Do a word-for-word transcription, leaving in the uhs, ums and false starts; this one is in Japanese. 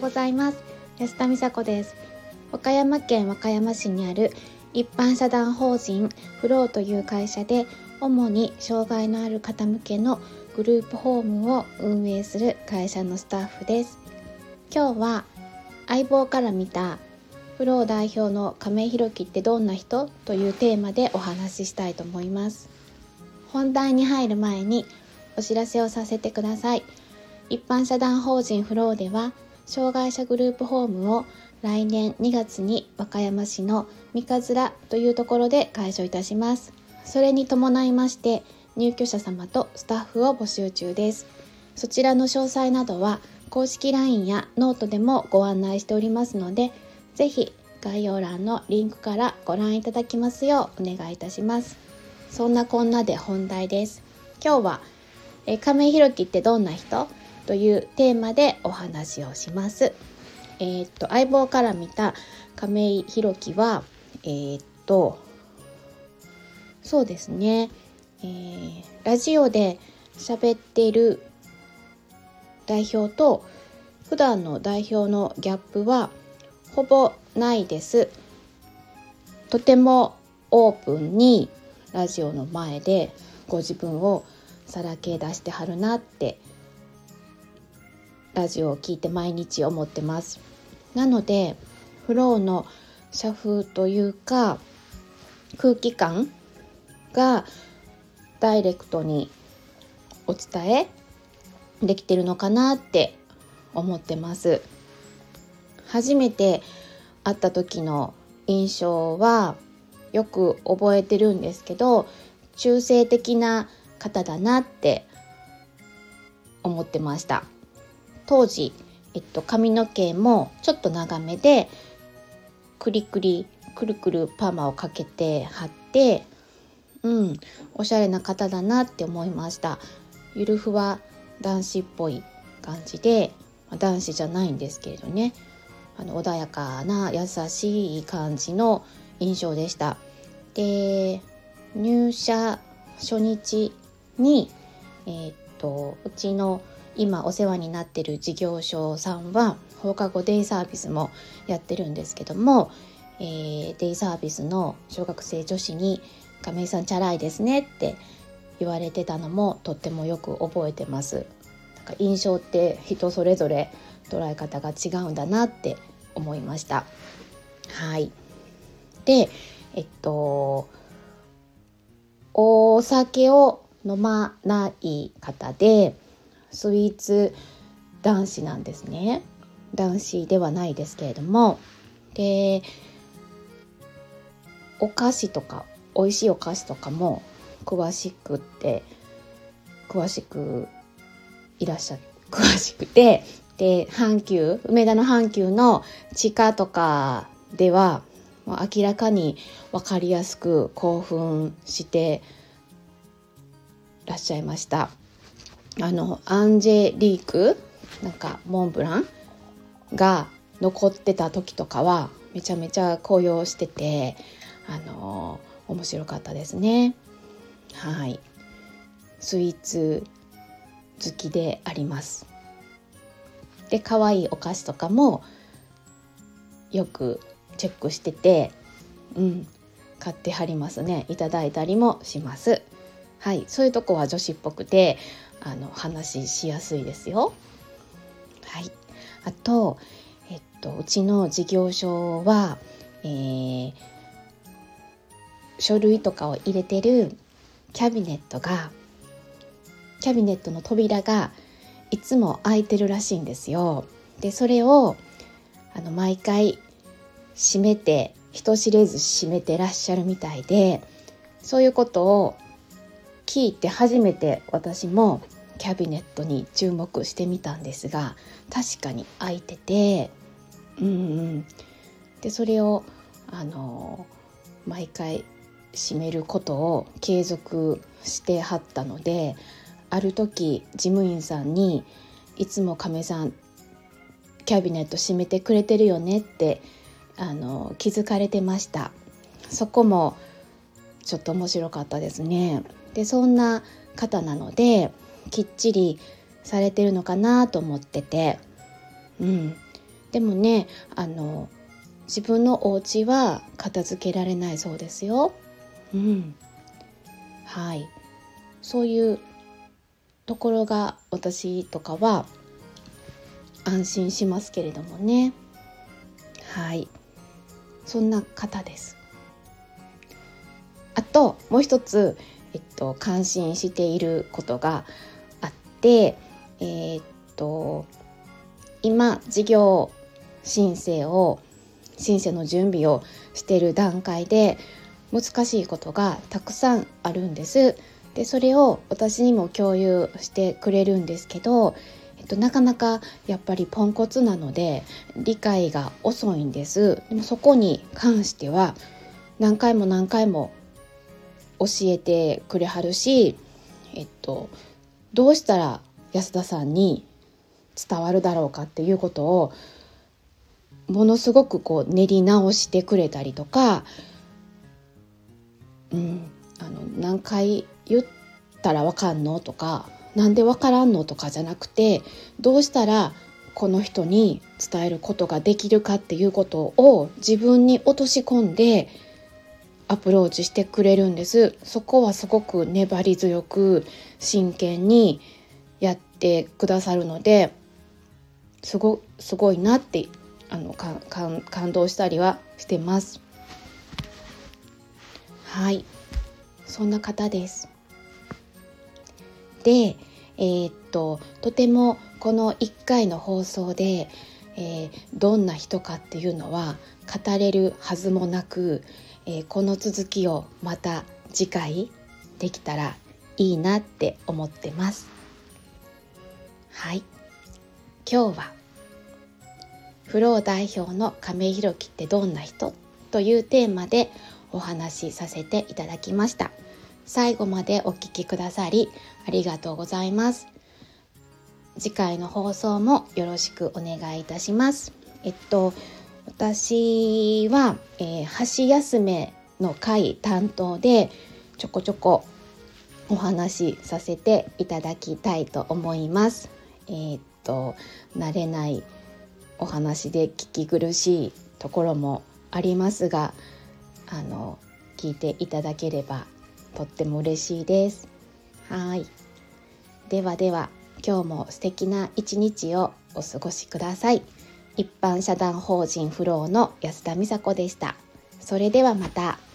ございます。安田美沙子です。岡山県和歌山市にある一般社団法人フローという会社で主に障害のある方向けのグループホームを運営する会社のスタッフです。今日は相棒から見たフロー代表の亀井宏樹ってどんな人というテーマでお話ししたいと思います。本題に入る前にお知らせをさせてください。一般社団法人フローでは障害者グループホームを来年にがつに和歌山市の三日面というところで開所いたします。それに伴いまして入居者様とスタッフを募集中です。そちらの詳細などは公式 ライン やノートでもご案内しておりますので、ぜひ概要欄のリンクからご覧いただきますようお願いいたします。そんなこんなで本題です。今日はえ亀井宏樹ってどんな人というテーマでお話をします。えー、っと相棒から見た亀井宏樹はえー、っとそうですね、えー、ラジオで喋っている代表と普段の代表のギャップはほぼないです。とてもオープンにラジオの前でご自分をさらけ出してはるなってラジオを聞いて毎日思ってます。なのでフローの社風というか空気感がダイレクトにお伝えできてるのかなって思ってます。初めて会った時の印象はよく覚えてるんですけど、中性的な方だなって思ってました。当時、えっと、髪の毛もちょっと長めでクリクリくるくるパーマをかけて貼ってうんおしゃれな方だなって思いました。ゆるふわ男子っぽい感じで、男子じゃないんですけれどね、あの穏やかな優しい感じの印象でした。で、入社初日に、えー、っとうちの今お世話になっている事業所さんは放課後デイサービスもやってるんですけども、えー、デイサービスの小学生女子に亀井さんチャラいですねって言われてたのもとってもよく覚えてます。なんか印象って人それぞれ捉え方が違うんだなって思いました。はい。で、えっとお酒を飲まない方でスイーツ男子なんですね。男子ではないですけれども、でお菓子とか美味しいお菓子とかも詳しくって詳しくいらっしゃ詳しくて、で阪急梅田の阪急の地下とかではもう明らかに分かりやすく興奮してらっしゃいました。あのアンジェリークなんかモンブランが残ってた時とかはめちゃめちゃ高揚してて、あの面白かったですね。はい、スイーツ好きであります。で可愛いお菓子とかもよくチェックしてて、うん、買ってはりますね。いただいたりもします。はい、そういうとこは女子っぽくてあの話ししやすいですよ。はい、あと、えっと、うちの事業所は、えー、書類とかを入れてるキャビネットがキャビネットの扉がいつも開いてるらしいんですよ。でそれをあの毎回閉めて人知れず閉めてらっしゃるみたいで、そういうことを聞いて初めて私もキャビネットに注目してみたんですが、確かに開いてて、うんうん、でそれをあの毎回閉めることを継続してはったので、ある時事務員さんにいつも亀さんキャビネット閉めてくれてるよねってあの気づかれてました。そこもちょっと面白かったですね。でそんな方なのできっちりされてるのかなと思ってて、うん、 でもね、あの自分のお家は片付けられないそうですよ。うん、はい。そういうところが私とかは安心しますけれどもね。はい。そんな方です。あともう一つ、えっと、感心していることがあって、えー、っと今事業申請を申請の準備をしている段階で難しいことがたくさんあるんです。でそれを私にも共有してくれるんですけど、えっと、なかなかやっぱりポンコツなので理解が遅いんです。でもそこに関しては何回も何回も教えてくれはるし、えっと、どうしたら安田さんに伝わるだろうかっていうことをものすごくこう練り直してくれたりとか、うん、あの何回言ったらわかんのとか、なんでわからんのとかじゃなくて、どうしたらこの人に伝えることができるかっていうことを自分に落とし込んでアプローチしてくれるんです。そこはすごく粘り強く真剣にやってくださるので、すご、すごいなってあのかか感動したりはしてます。はい、そんな方です。で、えー、っととてもこのいっかいの放送で、えー、どんな人かっていうのは語れるはずもなく、えー、この続きをまた次回できたらいいなって思ってます。はい、今日はフロー代表の亀井宏樹ってどんな人というテーマでお話しさせていただきました。最後までお聞きくださりありがとうございます。次回の放送もよろしくお願いいたします。えっと私は、えー、箸休めの会担当でちょこちょこお話しさせていただきたいと思います。えー、っと慣れないお話で聞き苦しいところもありますが、あの聞いていただければとっても嬉しいです。はい。ではでは、今日も素敵な一日をお過ごしください。一般社団法人フローの安田美佐子でした。それではまた。